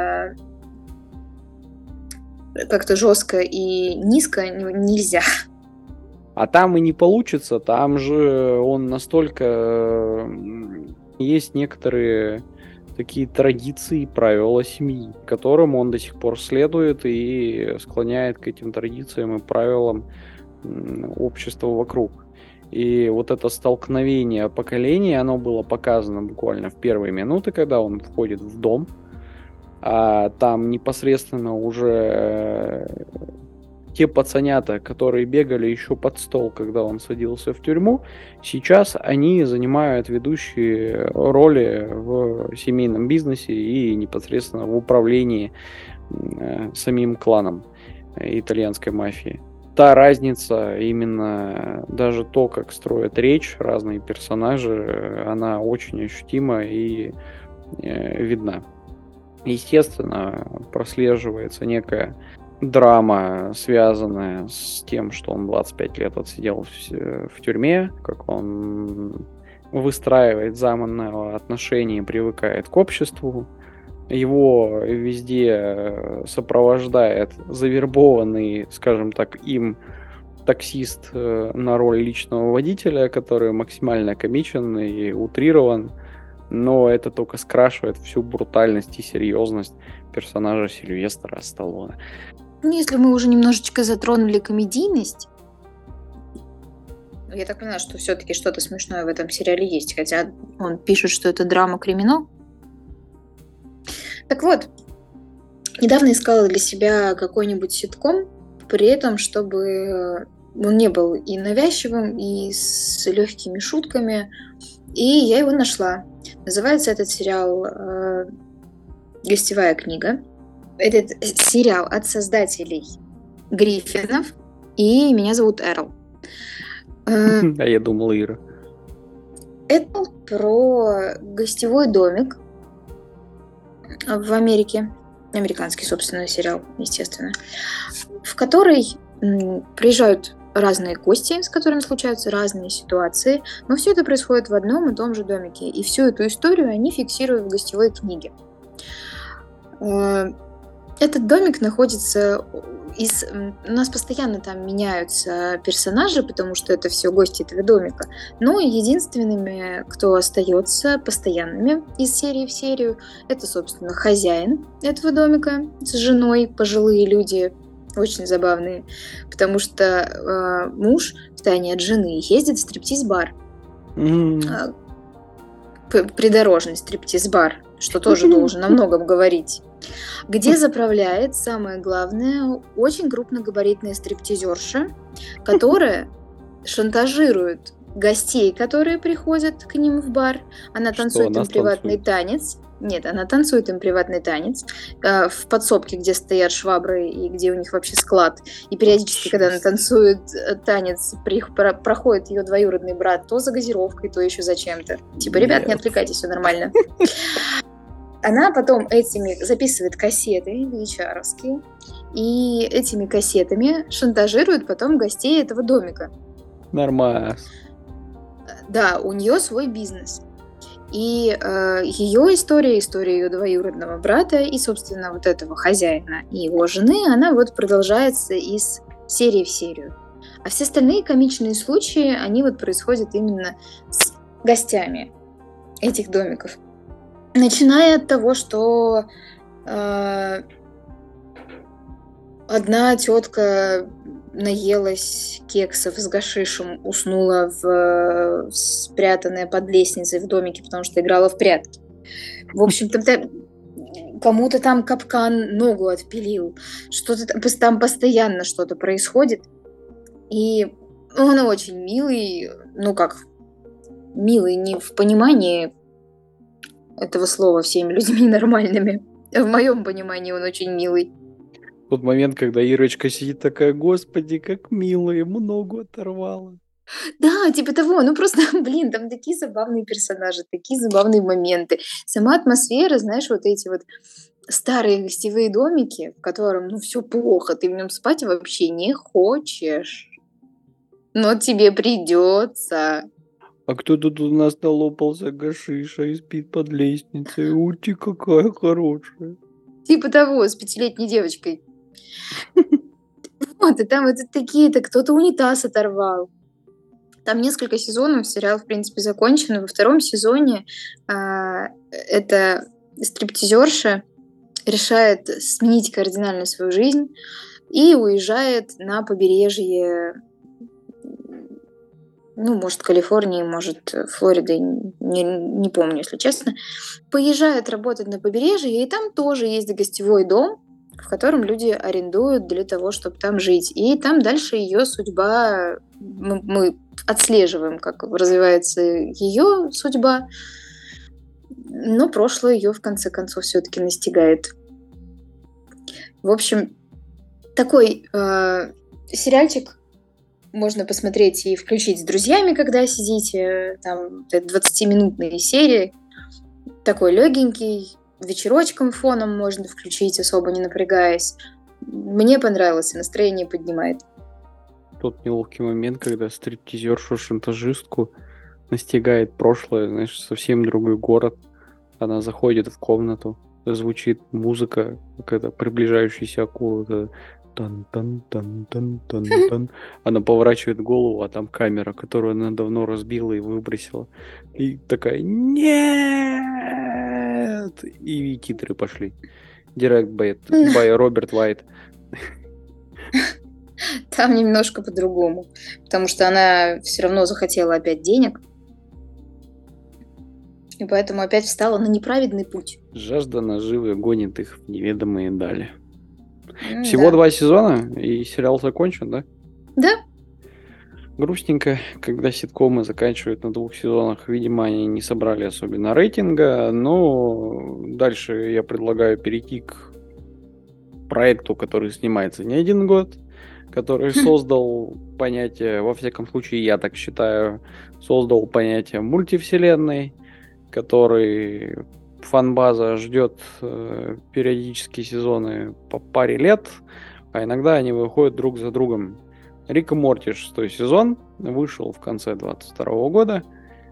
как-то жестко и низко нельзя. А там и не получится, там же он настолько... Есть некоторые такие традиции и правила семьи, которым он до сих пор следует и склоняет к этим традициям и правилам общества вокруг. И вот это столкновение поколений, оно было показано буквально в первые минуты, когда он входит в дом, а там непосредственно уже те пацанята, которые бегали еще под стол, когда он садился в тюрьму, сейчас они занимают ведущие роли в семейном бизнесе и непосредственно в управлении самим кланом итальянской мафии. Та разница, именно даже то, как строят речь разные персонажи, она очень ощутима и видна. Естественно, прослеживается некая драма, связанная с тем, что он 25 лет отсидел в тюрьме, как он выстраивает заново отношения, привыкает к обществу. Его везде сопровождает завербованный, скажем так, им таксист на роль личного водителя, который максимально комичен и утрирован, но это только скрашивает всю брутальность и серьезность персонажа Сильвестра Сталлоне. Если мы уже немножечко затронули комедийность, я так понимаю, что все-таки что-то смешное в этом сериале есть, хотя он пишет, что это драма-криминал. Так вот, недавно искала для себя какой-нибудь ситком, при этом, чтобы он не был и навязчивым, и с легкими шутками, и я его нашла. Называется этот сериал «Гостевая книга». Этот сериал от создателей Гриффинов, и меня зовут Эрл. А я думал, Ира. Это про гостевой домик, в Америке, американский, собственно, сериал, естественно, в который приезжают разные гости, с которыми случаются разные ситуации, но все это происходит в одном и том же домике, и всю эту историю они фиксируют в гостевой книге. Этот домик находится у нас постоянно там меняются персонажи, потому что это все гости этого домика. Но единственными, кто остается постоянными из серии в серию, это, собственно, хозяин этого домика с женой, пожилые люди, очень забавные, потому что муж втайне от жены ездит в стриптиз-бар. Придорожный стриптиз-бар, что тоже должен о многом говорить. Где заправляет, самое главное, очень крупногабаритная стриптизерша, которая шантажирует гостей, которые приходят к ним в бар. Она танцует им приватный танец. Нет, она танцует им приватный танец в подсобке, где стоят швабры и где у них вообще склад. И периодически, когда она танцует танец, проходит ее двоюродный брат то за газировкой, то еще за чем-то. Типа, ребят, не отвлекайтесь, все нормально. Она потом этими записывает кассеты VHR-овские, и этими кассетами шантажирует потом гостей этого домика. Нормально. Да, у нее свой бизнес. И ее история ее двоюродного брата и, собственно, вот этого хозяина и его жены, она вот продолжается из серии в серию. А все остальные комичные случаи, они вот происходят именно с гостями этих домиков. Начиная от того, что одна тетка наелась кексов с гашишем, уснула спрятанная под лестницей в домике, потому что играла в прятки. В общем, кому-то там капкан ногу отпилил. Что-то там постоянно что-то происходит. И он очень милый, милый не в понимании этого слова всеми людьми нормальными. В моем понимании он очень милый. Тот момент, когда Ирочка сидит такая: господи, как мило, ему ногу оторвала. Да, типа того, просто, там такие забавные персонажи, такие забавные моменты. Сама атмосфера, знаешь, вот эти вот старые гостевые домики, в котором, все плохо, ты в нем спать вообще не хочешь. Но тебе придется. А кто-то тут у нас налопался гашиша и спит под лестницей. Ути, какая хорошая. Типа того, с 5-летней девочкой. Вот, и там вот такие-то, кто-то унитаз оторвал. Там несколько сезонов, сериал, в принципе, закончен. И во втором сезоне эта стриптизерша решает сменить кардинально свою жизнь и уезжает на побережье, может, Калифорнии, может, Флориды, не помню, если честно. Поезжает работать на побережье, и там тоже есть гостевой дом, в котором люди арендуют для того, чтобы там жить. И там дальше ее судьба, мы отслеживаем, как развивается ее судьба, но прошлое ее, в конце концов, все-таки настигает. В общем, такой сериальчик можно посмотреть и включить с друзьями, когда сидите, там 20-минутные серии, такой легенький, вечерочком фоном можно включить, особо не напрягаясь. Мне понравилось, настроение поднимает. Тот неловкий момент, когда стриптизершу-шантажистку настигает прошлое, знаешь, совсем другой город. Она заходит в комнату, звучит музыка, какая-то приближающаяся акула. Тан-тан-тан-тан-тан-тан. Она поворачивает голову, а там камера, которую она давно разбила и выбросила. И такая: нет! И титры пошли. Direct by Роберт Уайт. Там немножко по-другому. Потому что она все равно захотела опять денег. И поэтому опять встала на неправедный путь. Жажда наживы гонит их в неведомые дали. Всего 2 сезона, и сериал закончен, да? Да. Грустненько, когда ситкомы заканчивают на 2 сезонах. Видимо, они не собрали особенно рейтинга, но дальше я предлагаю перейти к проекту, который снимается не 1 год, который создал понятие, во всяком случае, я так считаю, создал понятие мультивселенной, который фан-база ждет периодически сезоны по паре лет, а иногда они выходят друг за другом. Рик и Морти 6-й сезон вышел в конце 22 года,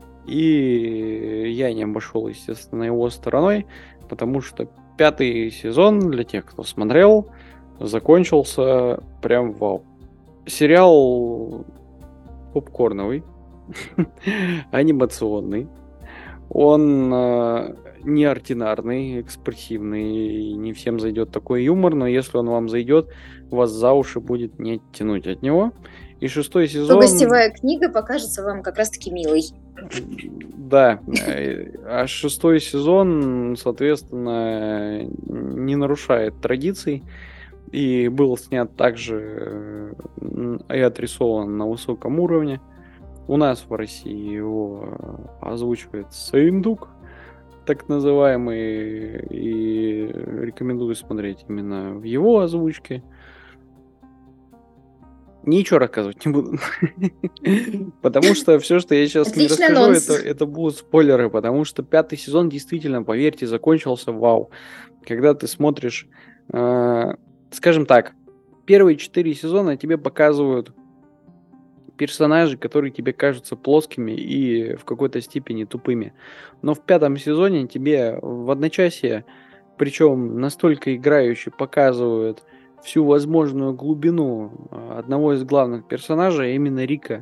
и я не обошел, естественно, его стороной, потому что 5-й сезон, для тех, кто смотрел, закончился прям вау. Сериал попкорновый, анимационный. Он неординарный, экспрессивный, и не всем зайдет такой юмор, но если он вам зайдет, вас за уши будет не тянуть от него. И 6-й сезон... То гостевая книга покажется вам как раз-таки милой. Да, а 6-й сезон, соответственно, не нарушает традиций и был снят также и отрисован на высоком уровне. У нас в России его озвучивает Сыендук, так называемый, и рекомендую смотреть именно в его озвучке. Ничего рассказывать не буду. Потому что все, что я сейчас не расскажу, это будут спойлеры, потому что 5-й сезон действительно, поверьте, закончился вау. Когда ты смотришь, скажем так, первые 4 сезона тебе показывают персонажи, которые тебе кажутся плоскими и в какой-то степени тупыми. Но в 5-м сезоне тебе в одночасье, причем настолько играюще, показывают всю возможную глубину одного из главных персонажей, а именно Рика.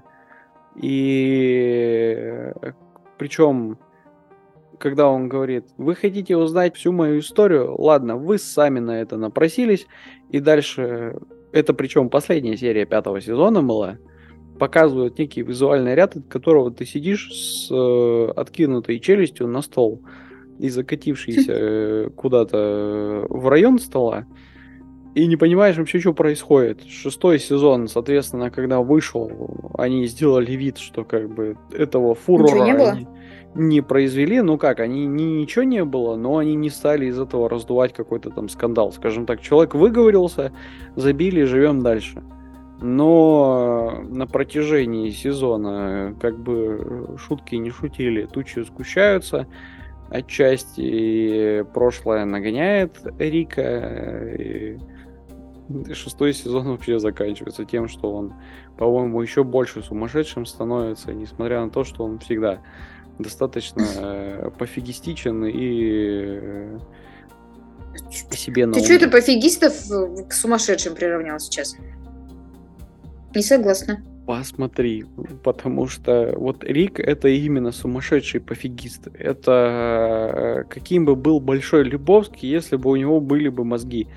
И причем, когда он говорит, вы хотите узнать всю мою историю, ладно, вы сами на это напросились, и дальше, это причем последняя серия 5-го сезона была, показывают некий визуальный ряд, от которого ты сидишь с откинутой челюстью на стол и закатившийся куда-то в район стола, и не понимаешь вообще, что происходит. 6-й сезон, соответственно, когда вышел, они сделали вид, что как бы этого фурора они не произвели. Ну как, ничего не было, но они не стали из этого раздувать какой-то там скандал. Скажем так, человек выговорился, забили, живем дальше. Но на протяжении сезона как бы шутки не шутили, тучи сгущаются, отчасти прошлое нагоняет Рика. И 6-й сезон вообще заканчивается тем, что он, по-моему, еще больше сумасшедшим становится, несмотря на то, что он всегда достаточно пофигистичен и по себе на Ты что, это пофигистов к сумасшедшим приравнял сейчас? Не согласна. Посмотри, потому что вот Рик это именно сумасшедший пофигист. Это каким бы был Большой Любовский, если бы у него были бы мозги.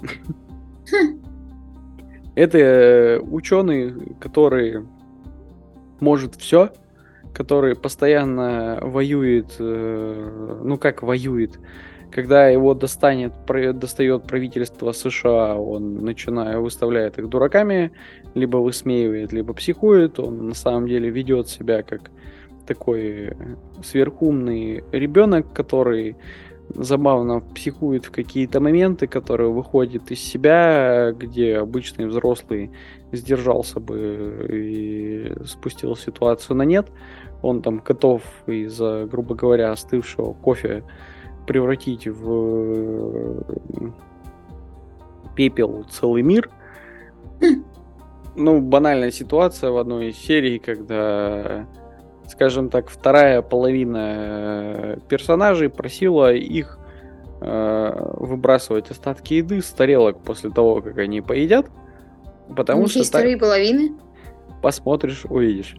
Это ученый, который может все, который постоянно воюет, ну как воюет, когда его достает правительство США, он выставляет их дураками, либо высмеивает, либо психует, он на самом деле ведет себя как такой сверхумный ребенок, который забавно психует в какие-то моменты, которые выходят из себя, где обычный взрослый сдержался бы и спустил ситуацию на нет. Он там готов из-за, грубо говоря, остывшего кофе превратить в пепел целый мир. Ну, банальная ситуация в одной из серий, когда, скажем так, вторая половина персонажей просила их выбрасывать остатки еды с тарелок после того, как они поедят. Потому что есть вторые половины? Посмотришь, увидишь.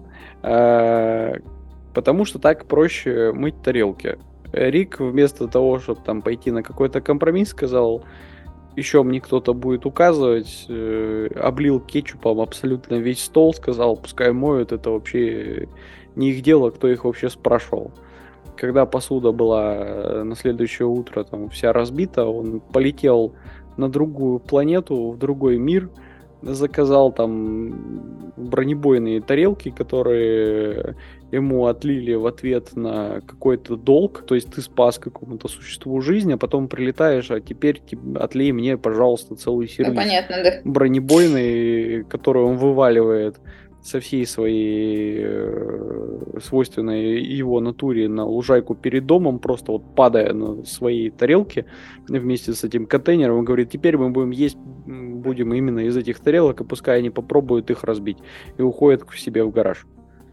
Потому что так проще мыть тарелки. Рик вместо того, чтобы там пойти на какой-то компромисс, сказал, еще мне кто-то будет указывать, облил кетчупом абсолютно весь стол, сказал, пускай моют, это вообще не их дело, кто их вообще спрашивал. Когда посуда была на следующее утро там вся разбита, он полетел на другую планету, в другой мир, заказал там бронебойные тарелки, которые ему отлили в ответ на какой-то долг, то есть ты спас какому-то существу жизнь, а потом прилетаешь, а теперь отлей мне, пожалуйста, целый сервис. Понятно, да. Бронебойный, который он вываливает со всей своей свойственной его натуре, на лужайку перед домом, просто вот падая на своей тарелке вместе с этим контейнером, он говорит: теперь мы будем есть будем именно из этих тарелок, и пускай они попробуют их разбить. И уходит к себе в гараж.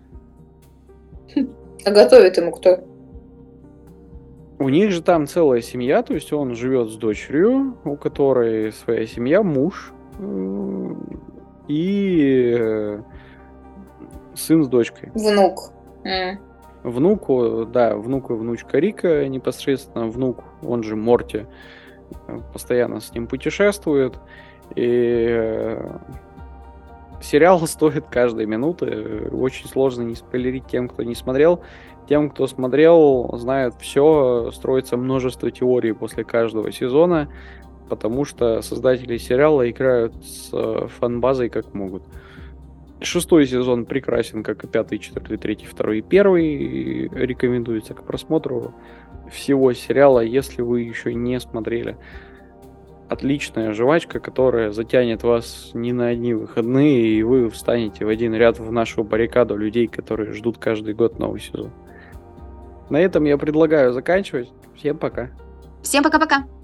А готовит ему кто? У них же там целая семья, то есть он живет с дочерью, у которой своя семья, муж и сын с дочкой. Внук. Внуку, да, внук и внучка Рика непосредственно, внук, он же Морти, постоянно с ним путешествует, и сериал стоит каждой минуты, очень сложно не спойлерить тем, кто не смотрел. Тем, кто смотрел, знают все, строится множество теорий после каждого сезона, потому что создатели сериала играют с фан-базой как могут. 6-й сезон прекрасен, как и 5-й, 4-й, 3-й, 2-й и 1-й. Рекомендуется к просмотру всего сериала, если вы еще не смотрели. Отличная жвачка, которая затянет вас не на одни выходные, и вы встанете в один ряд в нашу баррикаду людей, которые ждут каждый год новый сезон. На этом я предлагаю заканчивать. Всем пока. Всем пока-пока.